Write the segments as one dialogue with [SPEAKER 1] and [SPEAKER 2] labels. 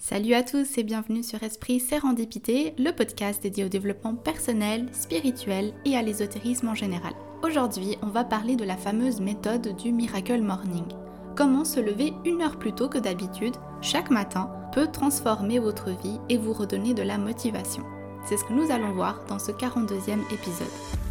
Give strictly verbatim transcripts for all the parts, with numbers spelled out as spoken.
[SPEAKER 1] Salut à tous et bienvenue sur Esprit Sérendipité, le podcast dédié au développement personnel, spirituel et à l'ésotérisme en général. Aujourd'hui, on va parler de la fameuse méthode du Miracle Morning. Comment se lever une heure plus tôt que d'habitude, chaque matin, peut transformer votre vie et vous redonner de la motivation. C'est ce que nous allons voir dans ce quarante-deuxième épisode.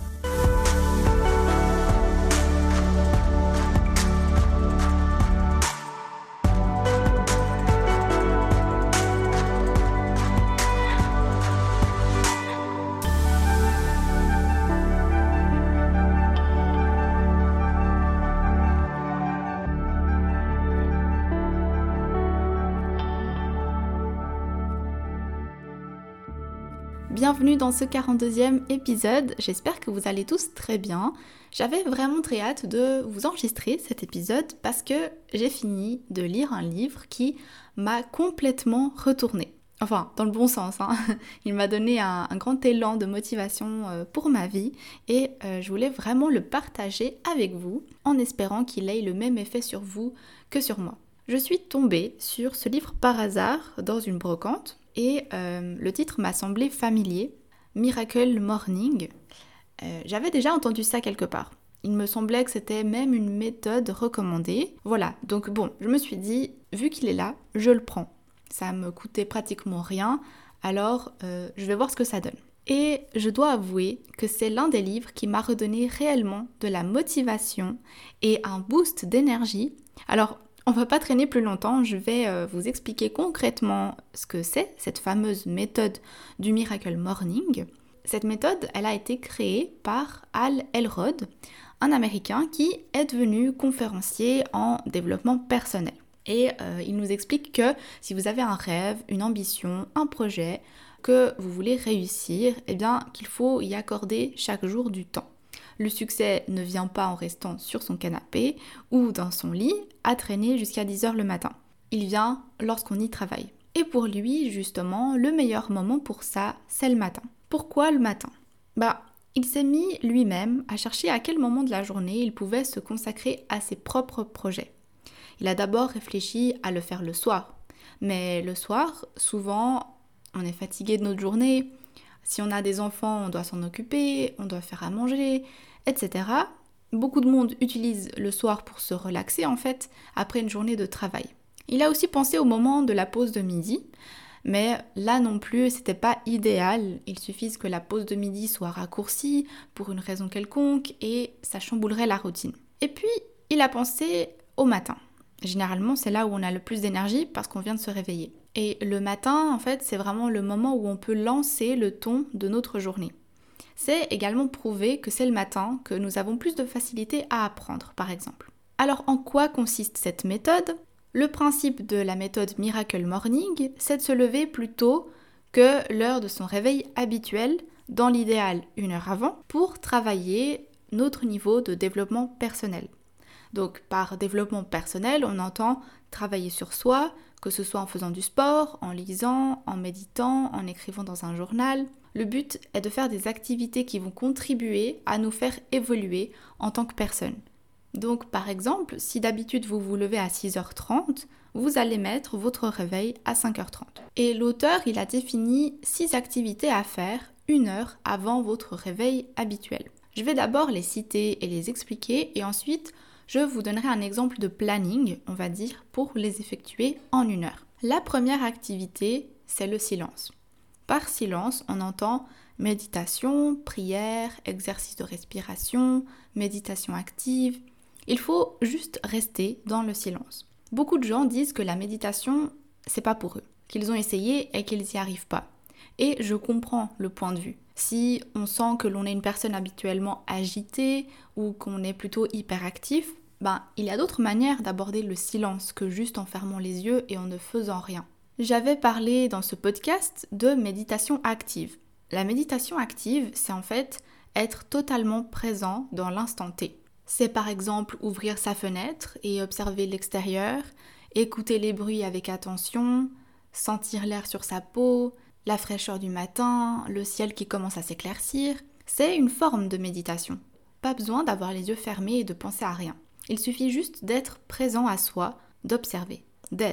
[SPEAKER 1] Bienvenue dans ce quarante-deuxième épisode, j'espère que vous allez tous très bien. J'avais vraiment très hâte de vous enregistrer cet épisode parce que j'ai fini de lire un livre qui m'a complètement retournée. Enfin, dans le bon sens, hein. Il m'a donné un, un grand élan de motivation pour ma vie et euh, je voulais vraiment le partager avec vous en espérant qu'il ait le même effet sur vous que sur moi. Je suis tombée sur ce livre par hasard dans une brocante. Et euh, le titre m'a semblé familier, Miracle Morning. Euh, j'avais déjà entendu ça quelque part. Il me semblait que c'était même une méthode recommandée. Voilà, donc bon, je me suis dit, vu qu'il est là, je le prends. Ça me coûtait pratiquement rien, alors euh, je vais voir ce que ça donne. Et je dois avouer que c'est l'un des livres qui m'a redonné réellement de la motivation et un boost d'énergie. Alors, on va pas traîner plus longtemps, je vais euh, vous expliquer concrètement ce que c'est, cette fameuse méthode du Miracle Morning. Cette méthode, elle a été créée par Hal Elrod, un Américain qui est devenu conférencier en développement personnel. Et euh, il nous explique que si vous avez un rêve, une ambition, un projet que vous voulez réussir, eh bien qu'il faut y accorder chaque jour du temps. Le succès ne vient pas en restant sur son canapé ou dans son lit à traîner jusqu'à dix heures le matin. Il vient lorsqu'on y travaille. Et pour lui, justement, le meilleur moment pour ça, c'est le matin. Pourquoi le matin ? Bah, il s'est mis lui-même à chercher à quel moment de la journée il pouvait se consacrer à ses propres projets. Il a d'abord réfléchi à le faire le soir. Mais le soir, souvent, on est fatigué de notre journée. Si on a des enfants, on doit s'en occuper, on doit faire à manger, et cetera. Beaucoup de monde utilise le soir pour se relaxer en fait, après une journée de travail. Il a aussi pensé au moment de la pause de midi, mais là non plus, c'était pas idéal. Il suffit que la pause de midi soit raccourcie pour une raison quelconque et ça chamboulerait la routine. Et puis, il a pensé au matin. Généralement, c'est là où on a le plus d'énergie parce qu'on vient de se réveiller. Et le matin, en fait, c'est vraiment le moment où on peut lancer le ton de notre journée. C'est également prouvé que c'est le matin que nous avons plus de facilité à apprendre, par exemple. Alors, en quoi consiste cette méthode ? Le principe de la méthode Miracle Morning, c'est de se lever plus tôt que l'heure de son réveil habituel, dans l'idéal une heure avant, pour travailler notre niveau de développement personnel. Donc, par développement personnel, on entend travailler sur soi, que ce soit en faisant du sport, en lisant, en méditant, en écrivant dans un journal. Le but est de faire des activités qui vont contribuer à nous faire évoluer en tant que personne. Donc par exemple, si d'habitude vous vous levez à six heures trente, vous allez mettre votre réveil à cinq heures trente. Et l'auteur, il a défini six activités à faire une heure avant votre réveil habituel. Je vais d'abord les citer et les expliquer et ensuite je vous donnerai un exemple de planning, on va dire, pour les effectuer en une heure. La première activité, c'est le silence. Par silence, on entend méditation, prière, exercice de respiration, méditation active. Il faut juste rester dans le silence. Beaucoup de gens disent que la méditation, c'est pas pour eux, qu'ils ont essayé et qu'ils n'y arrivent pas. Et je comprends le point de vue. Si on sent que l'on est une personne habituellement agitée ou qu'on est plutôt hyperactif, ben, il y a d'autres manières d'aborder le silence que juste en fermant les yeux et en ne faisant rien. J'avais parlé dans ce podcast de méditation active. La méditation active, c'est en fait être totalement présent dans l'instant T. C'est par exemple ouvrir sa fenêtre et observer l'extérieur, écouter les bruits avec attention, sentir l'air sur sa peau, la fraîcheur du matin, le ciel qui commence à s'éclaircir. C'est une forme de méditation. Pas besoin d'avoir les yeux fermés et de penser à rien. Il suffit juste d'être présent à soi, d'observer, d'être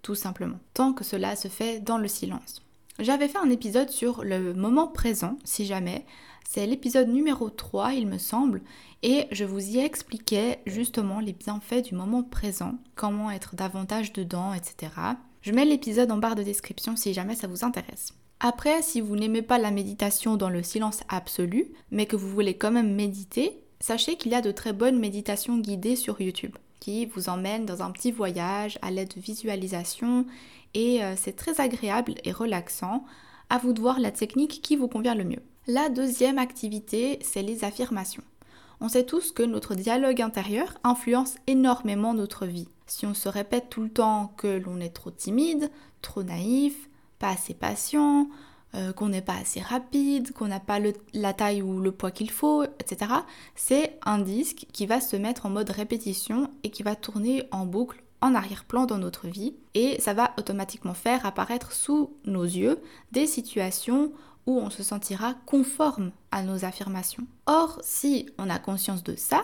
[SPEAKER 1] tout simplement, tant que cela se fait dans le silence. J'avais fait un épisode sur le moment présent, si jamais, c'est l'épisode numéro trois, il me semble, et je vous y expliquais justement les bienfaits du moment présent, comment être davantage dedans, et cetera. Je mets l'épisode en barre de description si jamais ça vous intéresse. Après, si vous n'aimez pas la méditation dans le silence absolu, mais que vous voulez quand même méditer, sachez qu'il y a de très bonnes méditations guidées sur YouTube qui vous emmènent dans un petit voyage à l'aide de visualisation et euh, c'est très agréable et relaxant. À vous de voir la technique qui vous convient le mieux. La deuxième activité, c'est les affirmations. On sait tous que notre dialogue intérieur influence énormément notre vie. Si on se répète tout le temps que l'on est trop timide, trop naïf, pas assez patient, euh, qu'on n'est pas assez rapide, qu'on n'a pas le, la taille ou le poids qu'il faut, et cetera, c'est un disque qui va se mettre en mode répétition et qui va tourner en boucle en arrière-plan dans notre vie et ça va automatiquement faire apparaître sous nos yeux des situations où on se sentira conforme à nos affirmations. Or, si on a conscience de ça,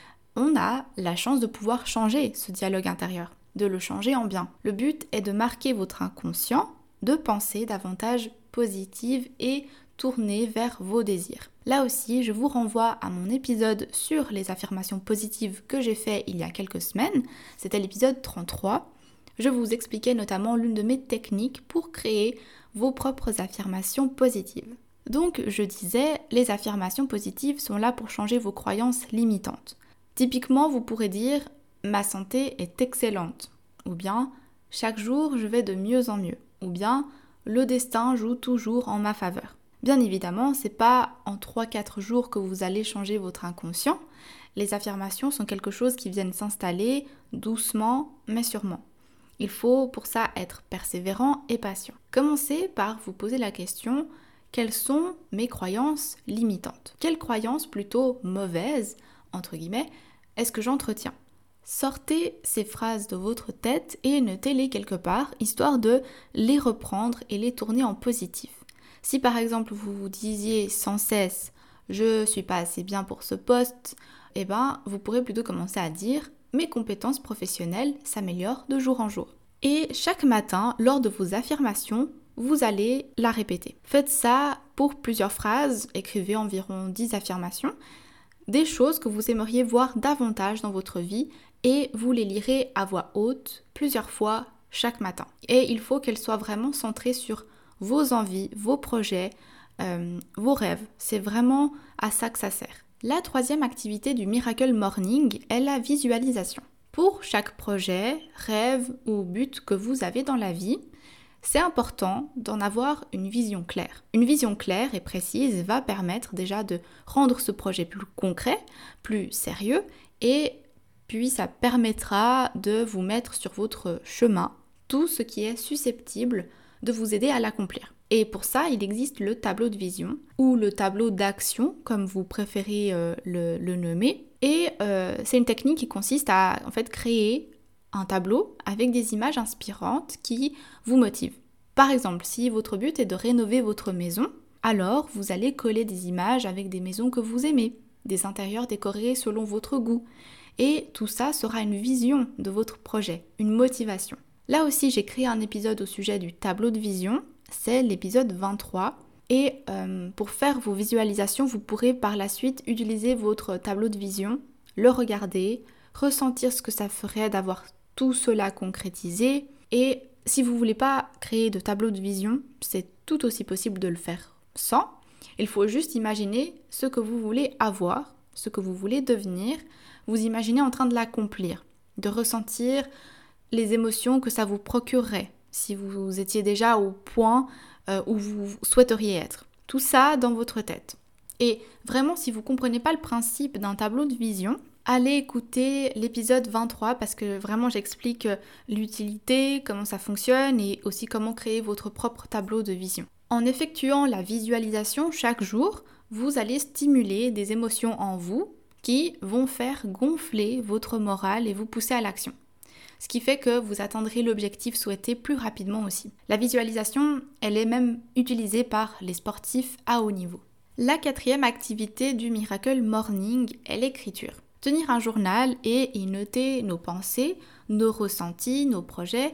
[SPEAKER 1] on a la chance de pouvoir changer ce dialogue intérieur, de le changer en bien. Le but est de marquer votre inconscient de pensées davantage positives et tournées vers vos désirs. Là aussi, je vous renvoie à mon épisode sur les affirmations positives que j'ai fait il y a quelques semaines. C'était l'épisode trente-trois. Je vous expliquais notamment l'une de mes techniques pour créer vos propres affirmations positives. Donc, je disais, les affirmations positives sont là pour changer vos croyances limitantes. Typiquement, vous pourrez dire « ma santé est excellente » ou bien « chaque jour, je vais de mieux en mieux » ou bien « le destin joue toujours en ma faveur ». Bien évidemment, c'est pas en trois à quatre jours que vous allez changer votre inconscient. Les affirmations sont quelque chose qui viennent s'installer doucement mais sûrement. Il faut pour ça être persévérant et patient. Commencez par vous poser la question « quelles sont mes croyances limitantes ?» Quelles croyances plutôt mauvaises, entre guillemets, est-ce que j'entretiens ? Sortez ces phrases de votre tête et notez-les quelque part, histoire de les reprendre et les tourner en positif. Si par exemple vous vous disiez sans cesse « je suis pas assez bien pour ce poste », eh ben vous pourrez plutôt commencer à dire « mes compétences professionnelles s'améliorent de jour en jour ». Et chaque matin, lors de vos affirmations, vous allez la répéter. Faites ça pour plusieurs phrases, écrivez environ dix affirmations, des choses que vous aimeriez voir davantage dans votre vie et vous les lirez à voix haute plusieurs fois chaque matin. Et il faut qu'elles soient vraiment centrées sur vos envies, vos projets, euh, vos rêves. C'est vraiment à ça que ça sert. La troisième activité du Miracle Morning est la visualisation. Pour chaque projet, rêve ou but que vous avez dans la vie, c'est important d'en avoir une vision claire. Une vision claire et précise va permettre déjà de rendre ce projet plus concret, plus sérieux et puis ça permettra de vous mettre sur votre chemin tout ce qui est susceptible de vous aider à l'accomplir. Et pour ça, il existe le tableau de vision ou le tableau d'action, comme vous préférez euh, le, le nommer. Et euh, c'est une technique qui consiste à en fait créer un tableau avec des images inspirantes qui vous motivent. Par exemple, si votre but est de rénover votre maison, alors vous allez coller des images avec des maisons que vous aimez, des intérieurs décorés selon votre goût. Et tout ça sera une vision de votre projet, une motivation. Là aussi, j'ai créé un épisode au sujet du tableau de vision, c'est l'épisode vingt-trois. Et euh, pour faire vos visualisations, vous pourrez par la suite utiliser votre tableau de vision, le regarder, ressentir ce que ça ferait d'avoir tout cela concrétisé. Et si vous ne voulez pas créer de tableau de vision, c'est tout aussi possible de le faire sans. Il faut juste imaginer ce que vous voulez avoir, ce que vous voulez devenir. Vous imaginez en train de l'accomplir, de ressentir les émotions que ça vous procurerait si vous étiez déjà au point euh, où vous souhaiteriez être. Tout ça dans votre tête. Et vraiment, si vous ne comprenez pas le principe d'un tableau de vision, allez écouter l'épisode vingt-trois parce que vraiment j'explique l'utilité, comment ça fonctionne et aussi comment créer votre propre tableau de vision. En effectuant la visualisation chaque jour, vous allez stimuler des émotions en vous qui vont faire gonfler votre morale et vous pousser à l'action. Ce qui fait que vous atteindrez l'objectif souhaité plus rapidement aussi. La visualisation, elle est même utilisée par les sportifs à haut niveau. La quatrième activité du Miracle Morning est l'écriture. Tenir un journal et y noter nos pensées, nos ressentis, nos projets,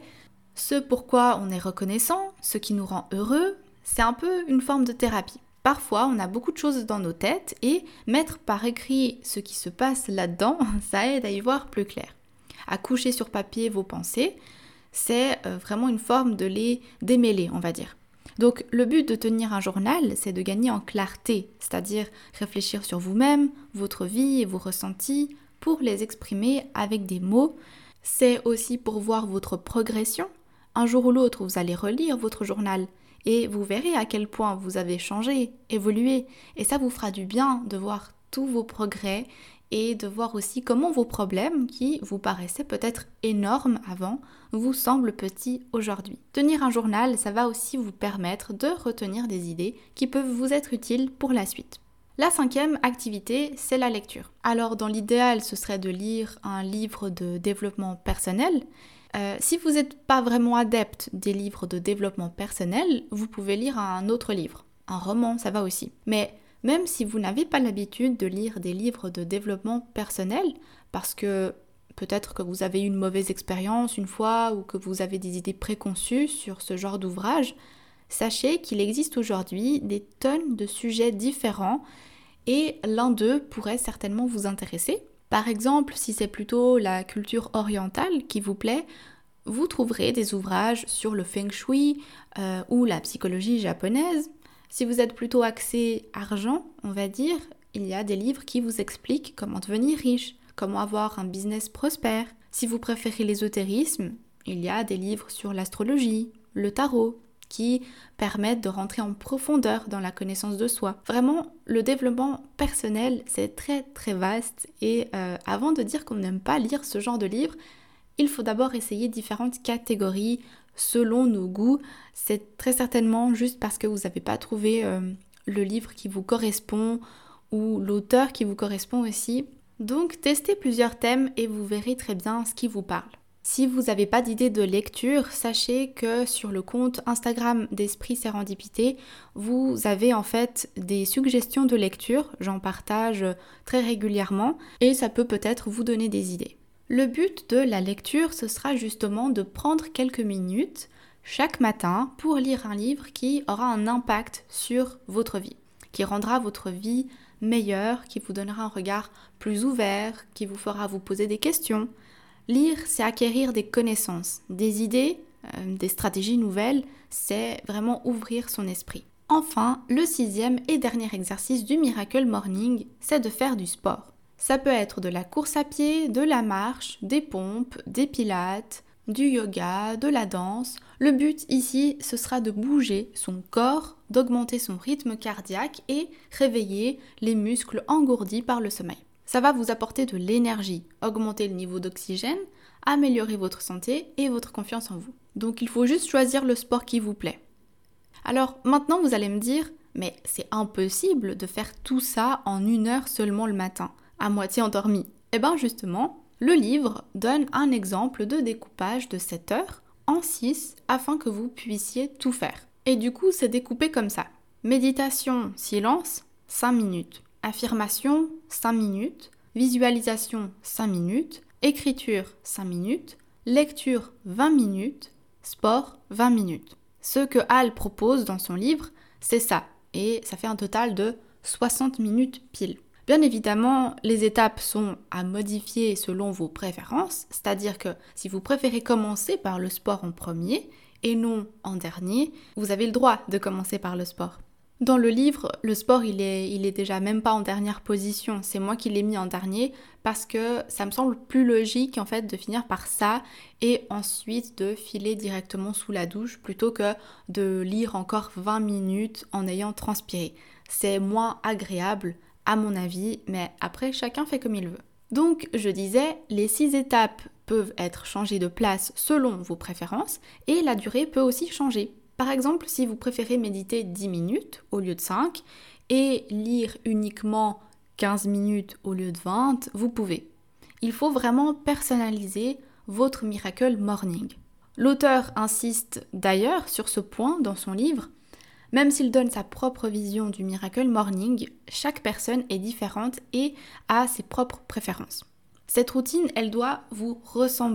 [SPEAKER 1] Ce pourquoi on est reconnaissant, ce qui nous rend heureux, c'est un peu une forme de thérapie. Parfois, on a beaucoup de choses dans nos têtes et mettre par écrit ce qui se passe là-dedans, ça aide à y voir plus clair. À coucher sur papier vos pensées, c'est vraiment une forme de les démêler, on va dire. Donc le but de tenir un journal, c'est de gagner en clarté, c'est-à-dire réfléchir sur vous-même, votre vie et vos ressentis pour les exprimer avec des mots. C'est aussi pour voir votre progression. Un jour ou l'autre, vous allez relire votre journal et vous verrez à quel point vous avez changé, évolué. Et ça vous fera du bien de voir tous vos progrès et de voir aussi comment vos problèmes, qui vous paraissaient peut-être énormes avant, vous semblent petits aujourd'hui. Tenir un journal, ça va aussi vous permettre de retenir des idées qui peuvent vous être utiles pour la suite. La cinquième activité, c'est la lecture. Alors dans l'idéal, ce serait de lire un livre de développement personnel. Euh, si vous n'êtes pas vraiment adepte des livres de développement personnel, vous pouvez lire un autre livre. Un roman, ça va aussi. Mais même si vous n'avez pas l'habitude de lire des livres de développement personnel, parce que peut-être que vous avez eu une mauvaise expérience une fois ou que vous avez des idées préconçues sur ce genre d'ouvrage, sachez qu'il existe aujourd'hui des tonnes de sujets différents et l'un d'eux pourrait certainement vous intéresser. Par exemple, si c'est plutôt la culture orientale qui vous plaît, vous trouverez des ouvrages sur le feng shui euh, ou la psychologie japonaise. Si vous êtes plutôt axé argent, on va dire, il y a des livres qui vous expliquent comment devenir riche, comment avoir un business prospère. Si vous préférez l'ésotérisme, il y a des livres sur l'astrologie, le tarot, qui permettent de rentrer en profondeur dans la connaissance de soi. Vraiment, le développement personnel, c'est très très vaste et euh, avant de dire qu'on n'aime pas lire ce genre de livres, il faut d'abord essayer différentes catégories selon nos goûts. C'est très certainement juste parce que vous n'avez pas trouvé euh, le livre qui vous correspond ou l'auteur qui vous correspond aussi. Donc, testez plusieurs thèmes et vous verrez très bien ce qui vous parle. Si vous n'avez pas d'idée de lecture, sachez que sur le compte Instagram d'Esprit Sérendipité, vous avez en fait des suggestions de lecture. J'en partage très régulièrement et ça peut peut-être vous donner des idées. Le but de la lecture, ce sera justement de prendre quelques minutes chaque matin pour lire un livre qui aura un impact sur votre vie, qui rendra votre vie meilleure, qui vous donnera un regard plus ouvert, qui vous fera vous poser des questions. Lire, c'est acquérir des connaissances, des idées, euh, des stratégies nouvelles, c'est vraiment ouvrir son esprit. Enfin, le sixième et dernier exercice du Miracle Morning, c'est de faire du sport. Ça peut être de la course à pied, de la marche, des pompes, des pilates, du yoga, de la danse. Le but ici, ce sera de bouger son corps, d'augmenter son rythme cardiaque et réveiller les muscles engourdis par le sommeil. Ça va vous apporter de l'énergie, augmenter le niveau d'oxygène, améliorer votre santé et votre confiance en vous. Donc il faut juste choisir le sport qui vous plaît. Alors maintenant vous allez me dire, mais c'est impossible de faire tout ça en une heure seulement le matin, à moitié endormi. Eh bien justement, le livre donne un exemple de découpage de sept heures en six afin que vous puissiez tout faire. Et du coup c'est découpé comme ça. Méditation, silence, cinq minutes. Affirmation, cinq minutes, visualisation, cinq minutes, écriture, cinq minutes, lecture, vingt minutes, sport, vingt minutes. Ce que Hal propose dans son livre, c'est ça, et ça fait un total de soixante minutes pile. Bien évidemment, les étapes sont à modifier selon vos préférences, c'est-à-dire que si vous préférez commencer par le sport en premier et non en dernier, vous avez le droit de commencer par le sport. Dans le livre, le sport, il est, il est déjà même pas en dernière position. C'est moi qui l'ai mis en dernier parce que ça me semble plus logique en fait de finir par ça et ensuite de filer directement sous la douche plutôt que de lire encore vingt minutes en ayant transpiré. C'est moins agréable à mon avis, mais après chacun fait comme il veut. Donc je disais, les six étapes peuvent être changées de place selon vos préférences et la durée peut aussi changer. Par exemple, si vous préférez méditer dix minutes au lieu de cinq et lire uniquement quinze minutes au lieu de vingt, vous pouvez. Il faut vraiment personnaliser votre Miracle Morning. L'auteur insiste d'ailleurs sur ce point dans son livre. Même s'il donne sa propre vision du Miracle Morning, chaque personne est différente et a ses propres préférences. Cette routine, elle doit vous ressembler.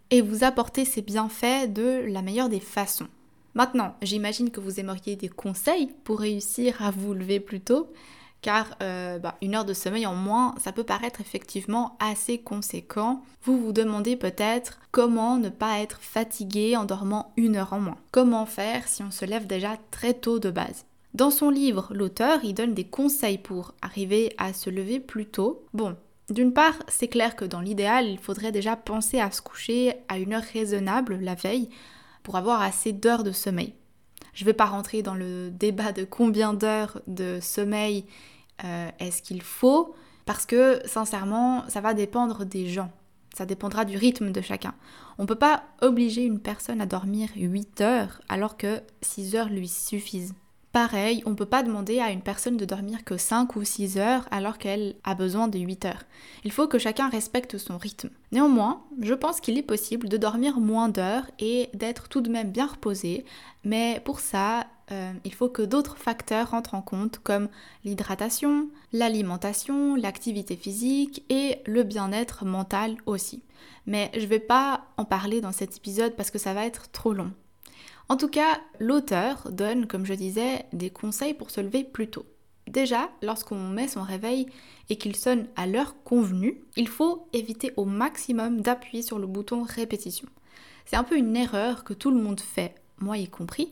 [SPEAKER 1] et vous apporter ces bienfaits de la meilleure des façons. Maintenant, j'imagine que vous aimeriez des conseils pour réussir à vous lever plus tôt, car euh, bah, une heure de sommeil en moins, ça peut paraître effectivement assez conséquent. Vous vous demandez peut-être comment ne pas être fatigué en dormant une heure en moins. Comment faire si on se lève déjà très tôt de base. Dans son livre, l'auteur, il donne des conseils pour arriver à se lever plus tôt. Bon, d'une part, c'est clair que dans l'idéal, il faudrait déjà penser à se coucher à une heure raisonnable la veille pour avoir assez d'heures de sommeil. Je ne vais pas rentrer dans le débat de combien d'heures de sommeil euh, est-ce qu'il faut, parce que sincèrement, ça va dépendre des gens. Ça dépendra du rythme de chacun. On ne peut pas obliger une personne à dormir huit heures alors que six heures lui suffisent. Pareil, on ne peut pas demander à une personne de dormir que cinq ou six heures alors qu'elle a besoin de huit heures. Il faut que chacun respecte son rythme. Néanmoins, je pense qu'il est possible de dormir moins d'heures et d'être tout de même bien reposé, mais pour ça, euh, il faut que d'autres facteurs rentrent en compte comme l'hydratation, l'alimentation, l'activité physique et le bien-être mental aussi. Mais je ne vais pas en parler dans cet épisode parce que ça va être trop long. En tout cas, l'auteur donne, comme je disais, des conseils pour se lever plus tôt. Déjà, lorsqu'on met son réveil et qu'il sonne à l'heure convenue, il faut éviter au maximum d'appuyer sur le bouton répétition. C'est un peu une erreur que tout le monde fait, moi y compris,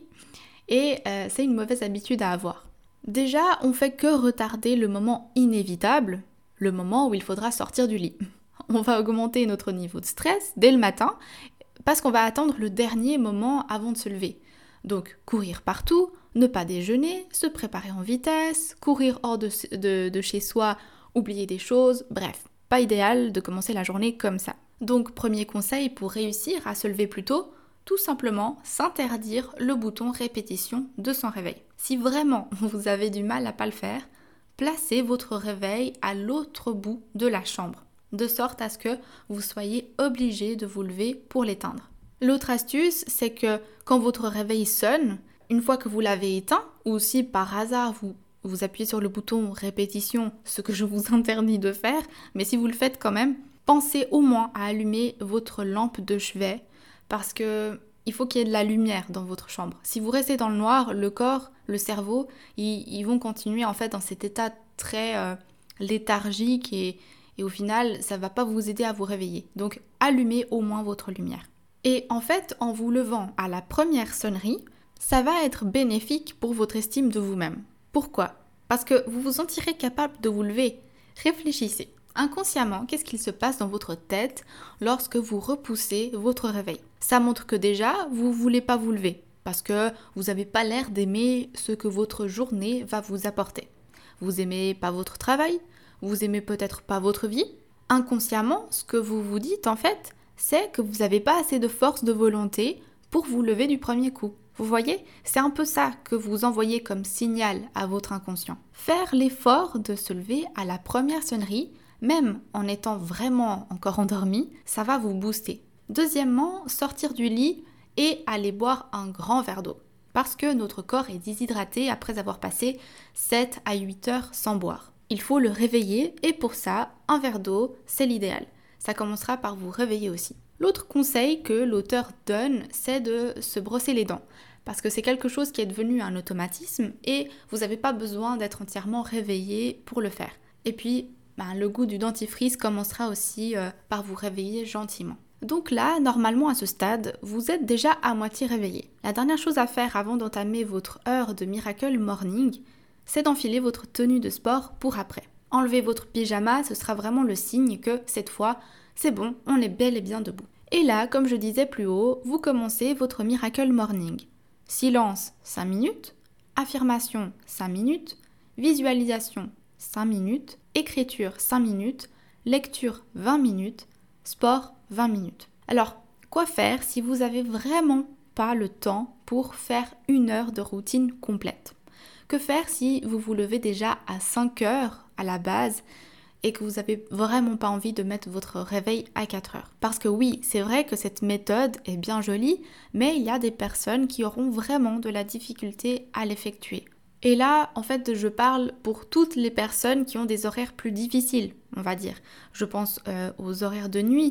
[SPEAKER 1] et euh, c'est une mauvaise habitude à avoir. Déjà, on fait que retarder le moment inévitable, le moment où il faudra sortir du lit. On va augmenter notre niveau de stress dès le matin, parce qu'on va attendre le dernier moment avant de se lever. Donc, courir partout, ne pas déjeuner, se préparer en vitesse, courir hors de, de, de chez soi, oublier des choses, bref, pas idéal de commencer la journée comme ça. Donc, premier conseil pour réussir à se lever plus tôt, tout simplement s'interdire le bouton répétition de son réveil. Si vraiment vous avez du mal à pas le faire, placez votre réveil à l'autre bout de la chambre, de sorte à ce que vous soyez obligé de vous lever pour l'éteindre. L'autre astuce, c'est que quand votre réveil sonne, une fois que vous l'avez éteint, ou si par hasard vous, vous appuyez sur le bouton répétition, ce que je vous interdis de faire, mais si vous le faites quand même, pensez au moins à allumer votre lampe de chevet, parce que il faut qu'il y ait de la lumière dans votre chambre. Si vous restez dans le noir, le corps, le cerveau, ils, ils vont continuer en fait dans cet état très euh, léthargique et Et au final, ça ne va pas vous aider à vous réveiller. Donc, allumez au moins votre lumière. Et en fait, en vous levant à la première sonnerie, ça va être bénéfique pour votre estime de vous-même. Pourquoi ? Parce que vous vous sentirez capable de vous lever. Réfléchissez. Inconsciemment, qu'est-ce qu'il se passe dans votre tête lorsque vous repoussez votre réveil ? Ça montre que déjà, vous ne voulez pas vous lever. Parce que vous n'avez pas l'air d'aimer ce que votre journée va vous apporter. Vous n'aimez pas votre travail ? Vous aimez peut-être pas votre vie. Inconsciemment, ce que vous vous dites en fait, c'est que vous n'avez pas assez de force de volonté pour vous lever du premier coup. Vous voyez, c'est un peu ça que vous envoyez comme signal à votre inconscient. Faire l'effort de se lever à la première sonnerie, même en étant vraiment encore endormi, ça va vous booster. Deuxièmement, sortir du lit et aller boire un grand verre d'eau. Parce que notre corps est déshydraté après avoir passé sept à huit heures sans boire. Il faut le réveiller et pour ça, un verre d'eau, c'est l'idéal. Ça commencera par vous réveiller aussi. L'autre conseil que l'auteur donne, c'est de se brosser les dents. Parce que c'est quelque chose qui est devenu un automatisme et vous n'avez pas besoin d'être entièrement réveillé pour le faire. Et puis, ben, le goût du dentifrice commencera aussi euh, par vous réveiller gentiment. Donc là, normalement à ce stade, vous êtes déjà à moitié réveillé. La dernière chose à faire avant d'entamer votre heure de Miracle Morning, c'est d'enfiler votre tenue de sport pour après. Enlevez votre pyjama, ce sera vraiment le signe que cette fois, c'est bon, on est bel et bien debout. Et là, comme je disais plus haut, vous commencez votre Miracle Morning. Silence, cinq minutes. Affirmation, cinq minutes. Visualisation, cinq minutes. Écriture, cinq minutes. Lecture, vingt minutes. Sport, vingt minutes. Alors, quoi faire si vous n'avez vraiment pas le temps pour faire une heure de routine complète ? Que faire si vous vous levez déjà à cinq heures à la base et que vous n'avez vraiment pas envie de mettre votre réveil à quatre heures ? Parce que oui, c'est vrai que cette méthode est bien jolie, mais il y a des personnes qui auront vraiment de la difficulté à l'effectuer. Et là, en fait, je parle pour toutes les personnes qui ont des horaires plus difficiles, on va dire. Je pense euh, aux horaires de nuit,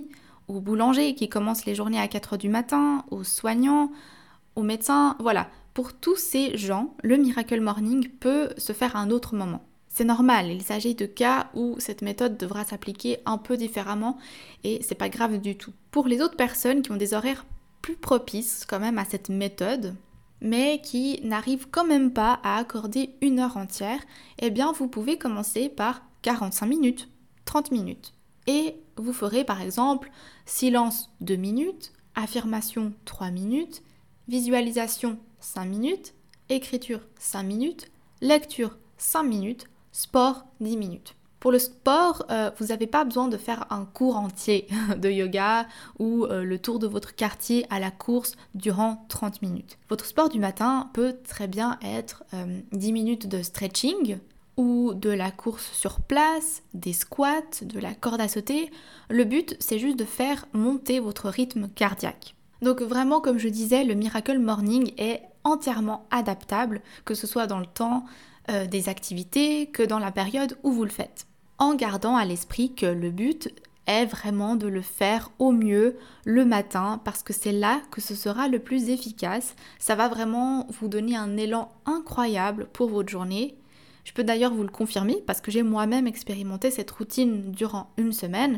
[SPEAKER 1] aux boulangers qui commencent les journées à quatre heures du matin, aux soignants, aux médecins, voilà. Pour tous ces gens, le Miracle Morning peut se faire à un autre moment. C'est normal, il s'agit de cas où cette méthode devra s'appliquer un peu différemment et c'est pas grave du tout. Pour les autres personnes qui ont des horaires plus propices quand même à cette méthode, mais qui n'arrivent quand même pas à accorder une heure entière, eh bien vous pouvez commencer par quarante-cinq minutes, trente minutes. Et vous ferez par exemple silence deux minutes, affirmation trois minutes, visualisation cinq minutes, écriture cinq minutes, lecture cinq minutes, sport dix minutes. Pour le sport, euh, vous n'avez pas besoin de faire un cours entier de yoga ou euh, le tour de votre quartier à la course durant trente minutes. Votre sport du matin peut très bien être euh, dix minutes de stretching ou de la course sur place, des squats, de la corde à sauter. Le but, c'est juste de faire monter votre rythme cardiaque. Donc vraiment, comme je disais, le Miracle Morning est entièrement adaptable, que ce soit dans le temps euh, des activités que dans la période où vous le faites. En gardant à l'esprit que le but est vraiment de le faire au mieux le matin parce que c'est là que ce sera le plus efficace. Ça va vraiment vous donner un élan incroyable pour votre journée. Je peux d'ailleurs vous le confirmer parce que j'ai moi-même expérimenté cette routine durant une semaine.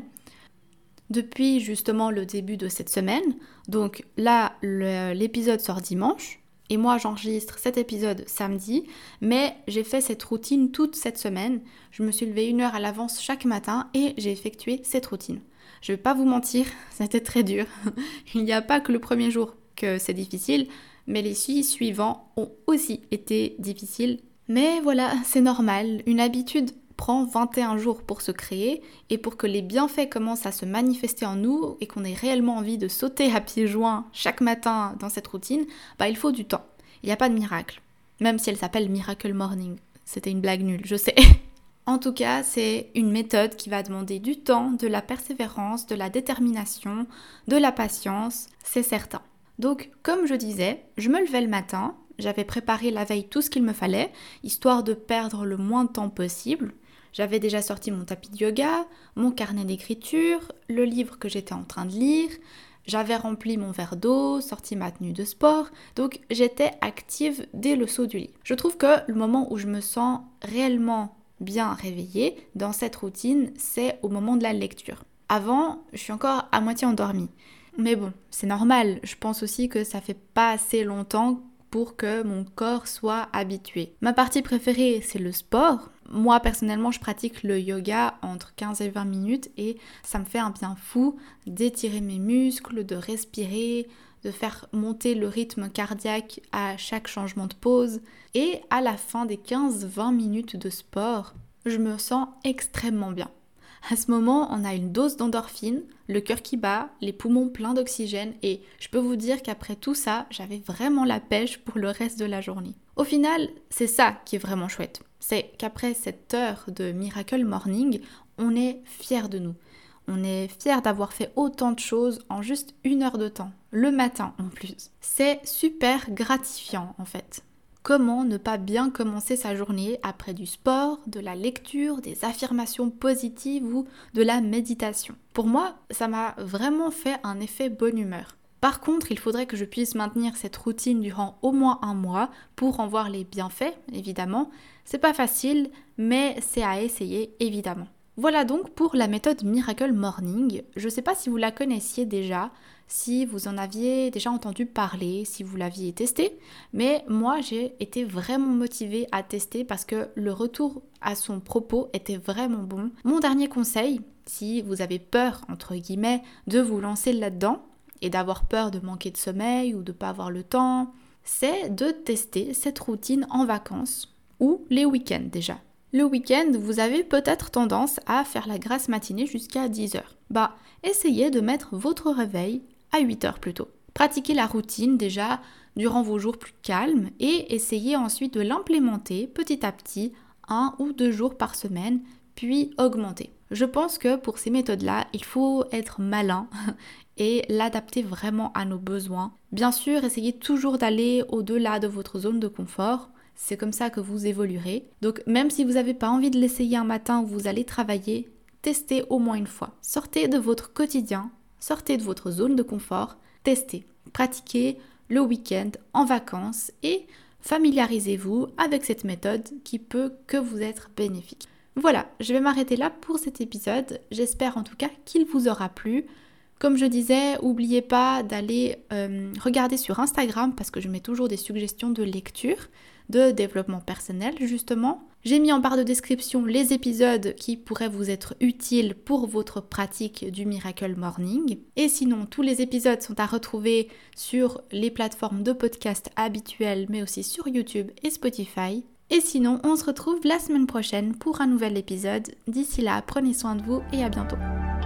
[SPEAKER 1] Depuis justement le début de cette semaine, donc là le, l'épisode sort dimanche et moi j'enregistre cet épisode samedi, mais j'ai fait cette routine toute cette semaine. Je me suis levée une heure à l'avance chaque matin et j'ai effectué cette routine. Je vais pas vous mentir, c'était très dur. Il n'y a pas que le premier jour que c'est difficile, mais les six suivants ont aussi été difficiles. Mais voilà, c'est normal, une habitude prend vingt et un jours pour se créer et pour que les bienfaits commencent à se manifester en nous et qu'on ait réellement envie de sauter à pieds joints chaque matin dans cette routine, bah il faut du temps. Il n'y a pas de miracle, même si elle s'appelle Miracle Morning. C'était une blague nulle, je sais. En tout cas, c'est une méthode qui va demander du temps, de la persévérance, de la détermination, de la patience, c'est certain. Donc, comme je disais, je me levais le matin, j'avais préparé la veille tout ce qu'il me fallait, histoire de perdre le moins de temps possible. J'avais déjà sorti mon tapis de yoga, mon carnet d'écriture, le livre que j'étais en train de lire, j'avais rempli mon verre d'eau, sorti ma tenue de sport, donc j'étais active dès le saut du lit. Je trouve que le moment où je me sens réellement bien réveillée dans cette routine, c'est au moment de la lecture. Avant, je suis encore à moitié endormie. Mais bon, c'est normal, je pense aussi que ça fait pas assez longtemps pour que mon corps soit habitué. Ma partie préférée, c'est le sport. Moi, personnellement, je pratique le yoga entre quinze et vingt minutes et ça me fait un bien fou d'étirer mes muscles, de respirer, de faire monter le rythme cardiaque à chaque changement de pause. Et à la fin des quinze à vingt minutes de sport, je me sens extrêmement bien. À ce moment, on a une dose d'endorphine, le cœur qui bat, les poumons pleins d'oxygène et je peux vous dire qu'après tout ça, j'avais vraiment la pêche pour le reste de la journée. Au final, c'est ça qui est vraiment chouette. C'est qu'après cette heure de Miracle Morning, on est fiers de nous. On est fiers d'avoir fait autant de choses en juste une heure de temps, le matin en plus. C'est super gratifiant en fait. Comment ne pas bien commencer sa journée après du sport, de la lecture, des affirmations positives ou de la méditation? Pour moi, ça m'a vraiment fait un effet bonne humeur. Par contre, il faudrait que je puisse maintenir cette routine durant au moins un mois pour en voir les bienfaits, évidemment. C'est pas facile, mais c'est à essayer, évidemment. Voilà donc pour la méthode Miracle Morning. Je ne sais pas si vous la connaissiez déjà, si vous en aviez déjà entendu parler, si vous l'aviez testé, mais moi j'ai été vraiment motivée à tester parce que le retour à son propos était vraiment bon. Mon dernier conseil, si vous avez peur, entre guillemets, de vous lancer là-dedans et d'avoir peur de manquer de sommeil ou de ne pas avoir le temps, c'est de tester cette routine en vacances ou les week-ends déjà. Le week-end, vous avez peut-être tendance à faire la grasse matinée jusqu'à dix heures. Bah, essayez de mettre votre réveil à huit heures plutôt. Pratiquez la routine déjà durant vos jours plus calmes et essayez ensuite de l'implémenter petit à petit, un ou deux jours par semaine, puis augmenter. Je pense que pour ces méthodes-là, il faut être malin et l'adapter vraiment à nos besoins. Bien sûr, essayez toujours d'aller au-delà de votre zone de confort. C'est comme ça que vous évoluerez. Donc même si vous n'avez pas envie de l'essayer un matin où vous allez travailler, testez au moins une fois. Sortez de votre quotidien, sortez de votre zone de confort, testez, pratiquez le week-end, en vacances et familiarisez-vous avec cette méthode qui peut que vous être bénéfique. Voilà, je vais m'arrêter là pour cet épisode. J'espère en tout cas qu'il vous aura plu. Comme je disais, n'oubliez pas d'aller euh, regarder sur Instagram parce que je mets toujours des suggestions de lecture, de développement personnel justement. J'ai mis en barre de description les épisodes qui pourraient vous être utiles pour votre pratique du Miracle Morning. Et sinon, tous les épisodes sont à retrouver sur les plateformes de podcast habituelles, mais aussi sur YouTube et Spotify. Et sinon, on se retrouve la semaine prochaine pour un nouvel épisode. D'ici là, prenez soin de vous et à bientôt.